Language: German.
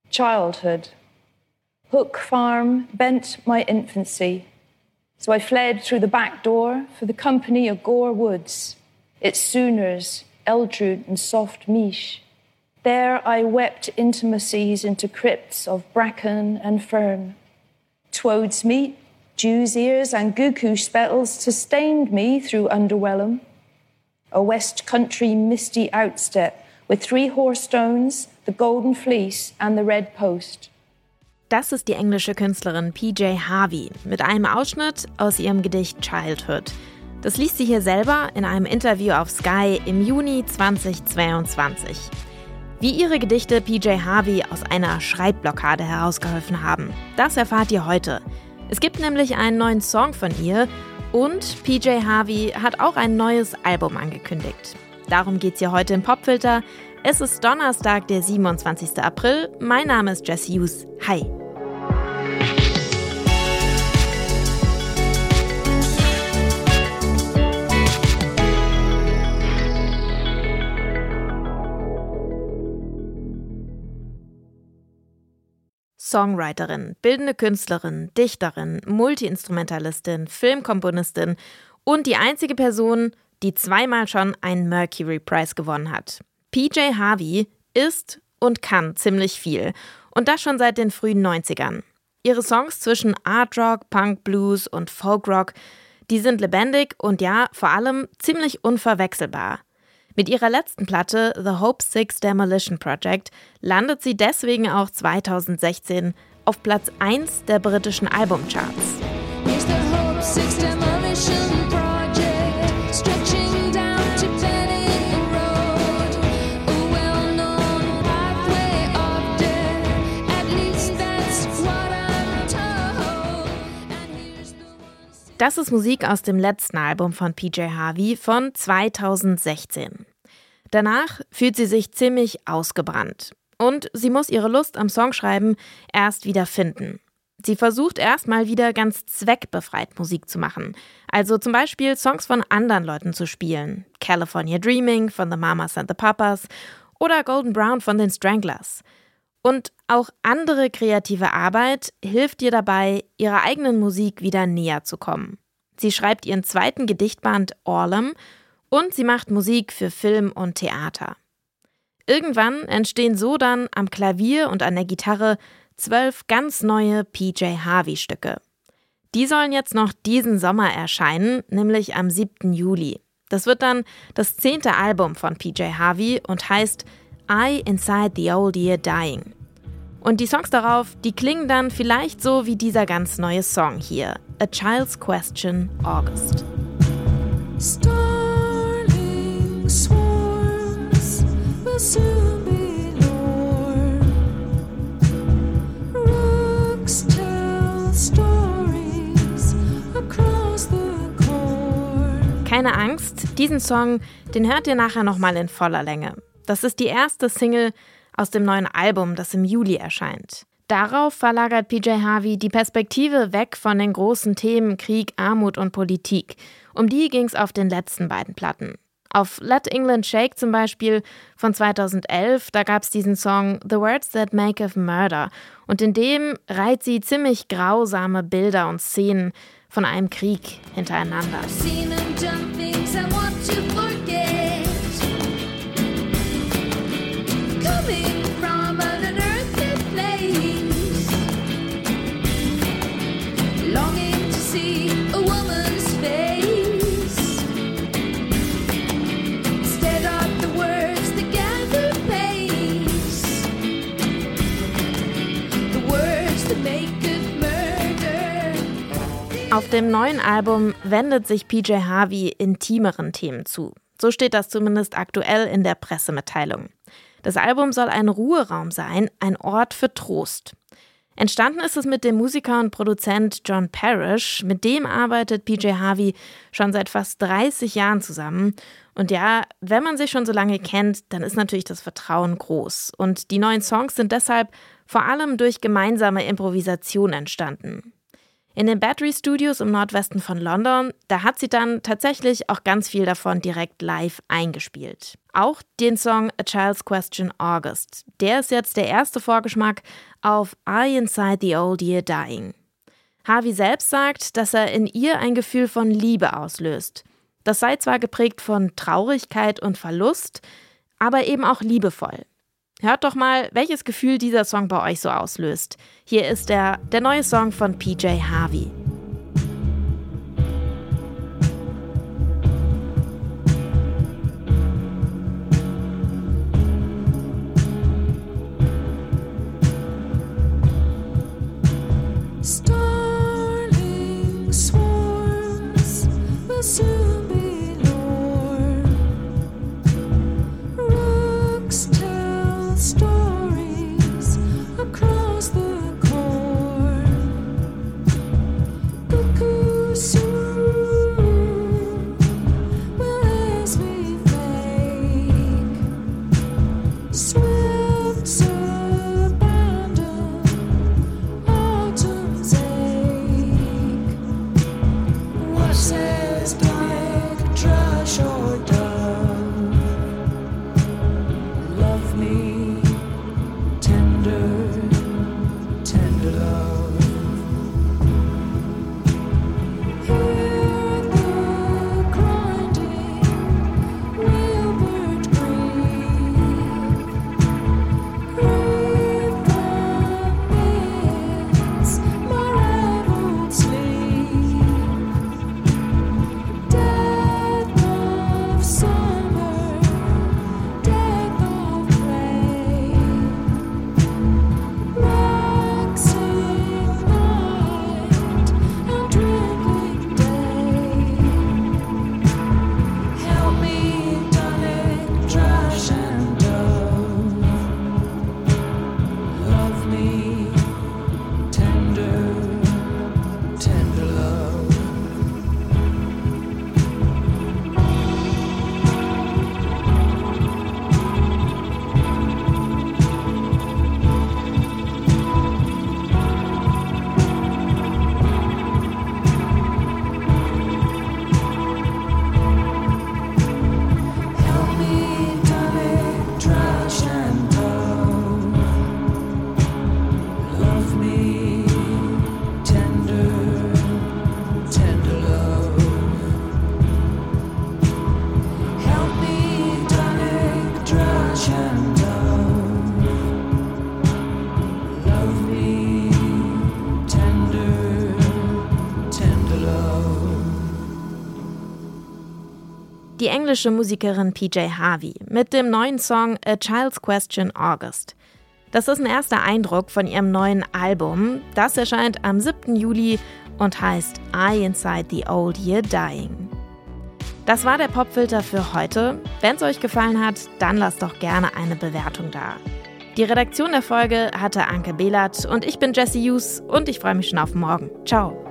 Childhood. Hook Farm bent my infancy, so I fled through the back door for the company of Gore Woods, its sooners, Eldred and Soft Mish. There I wept intimacies into crypts of bracken and fern. Toad's meat, Jew's ears and Guku spettles sustained me through Underwellum. A West Country misty outstep with 3 Hoarstones, the Golden Fleece and the Red Post. Das ist die englische Künstlerin PJ Harvey mit einem Ausschnitt aus ihrem Gedicht Childhood. Das liest sie hier selber in einem Interview auf Sky im Juni 2022. Wie ihre Gedichte PJ Harvey aus einer Schreibblockade herausgeholfen haben, das erfahrt ihr heute. Es gibt nämlich einen neuen Song von ihr und PJ Harvey hat auch ein neues Album angekündigt. Darum geht's hier heute im Popfilter. Es ist Donnerstag, der 27. April. Mein Name ist Jessie Hughes. Hi. Songwriterin, bildende Künstlerin, Dichterin, Multiinstrumentalistin, Filmkomponistin und die einzige Person, die 2-mal schon einen Mercury Prize gewonnen hat. PJ Harvey ist und kann ziemlich viel. Und das schon seit den frühen 90ern. Ihre Songs zwischen Art Rock, Punk, Blues und Folk Rock, die sind lebendig und ja, vor allem ziemlich unverwechselbar. Mit ihrer letzten Platte The Hope 6 Demolition Project landet sie deswegen auch 2016 auf Platz 1 der britischen Albumcharts. Das ist Musik aus dem letzten Album von PJ Harvey von 2016. Danach fühlt sie sich ziemlich ausgebrannt. Und sie muss ihre Lust am Songschreiben erst wieder finden. Sie versucht erstmal wieder ganz zweckbefreit Musik zu machen. Also zum Beispiel Songs von anderen Leuten zu spielen. California Dreaming von The Mamas and the Papas oder Golden Brown von den Stranglers. Und auch andere kreative Arbeit hilft ihr dabei, ihrer eigenen Musik wieder näher zu kommen. Sie schreibt ihren 2. Gedichtband Orlem und sie macht Musik für Film und Theater. Irgendwann entstehen so dann am Klavier und an der Gitarre 12 ganz neue PJ Harvey-Stücke. Die sollen jetzt noch diesen Sommer erscheinen, nämlich am 7. Juli. Das wird dann das 10. Album von PJ Harvey und heißt I Inside the Old Year Dying. Und die Songs darauf, die klingen dann vielleicht so wie dieser ganz neue Song hier, A Child's Question, August. Starling swarms will soon be born. Rooks tell stories across the corn. Keine Angst, diesen Song, den hört ihr nachher nochmal in voller Länge. Das ist die erste Single aus dem neuen Album, das im Juli erscheint. Darauf verlagert PJ Harvey die Perspektive weg von den großen Themen Krieg, Armut und Politik. Um die ging es auf den letzten beiden Platten. Auf Let England Shake zum Beispiel von 2011, da gab es diesen Song The Words That Make of Murder. Und in dem reiht sie ziemlich grausame Bilder und Szenen von einem Krieg hintereinander. Auf dem neuen Album wendet sich PJ Harvey intimeren Themen zu. So steht das zumindest aktuell in der Pressemitteilung. Das Album soll ein Ruheraum sein, ein Ort für Trost. Entstanden ist es mit dem Musiker und Produzent John Parrish. Mit dem arbeitet PJ Harvey schon seit fast 30 Jahren zusammen. Und ja, wenn man sich schon so lange kennt, dann ist natürlich das Vertrauen groß. Und die neuen Songs sind deshalb vor allem durch gemeinsame Improvisation entstanden. In den Battery Studios im Nordwesten von London, da hat sie dann tatsächlich auch ganz viel davon direkt live eingespielt. Auch den Song A Child's Question August. Der ist jetzt der erste Vorgeschmack auf I Inside the Old Year Dying. Harvey selbst sagt, dass er in ihr ein Gefühl von Liebe auslöst. Das sei zwar geprägt von Traurigkeit und Verlust, aber eben auch liebevoll. Hört doch mal, welches Gefühl dieser Song bei euch so auslöst. Hier ist der neue Song von PJ Harvey. Starling swarms will soon be lord. Rooks tell stories across the corn. Cuckoos soon will as we fake. Swifts abandon autumn's ache. What says black thrush or dove? Love me, tender, tender love. Hear the grinding wheelbird grieve. Grieve the midst my raveled sleep. Death of summer, death of rain. Waxing night and dwindling day. Help me, darling, thrush and dove. Love me, tender, tender love. Help me, darling, thrush and dove. Love me, tender, tender love. Help me, darling, thrush and dove. Love me, tender, tender love. Die englische Musikerin PJ Harvey mit dem neuen Song A Child's Question August. Das ist ein erster Eindruck von ihrem neuen Album. Das erscheint am 7. Juli und heißt I Inside the Old Year Dying. Das war der Popfilter für heute. Wenn es euch gefallen hat, dann lasst doch gerne eine Bewertung da. Die Redaktion der Folge hatte Anke Behlert und ich bin Jessie Hughes und ich freue mich schon auf morgen. Ciao.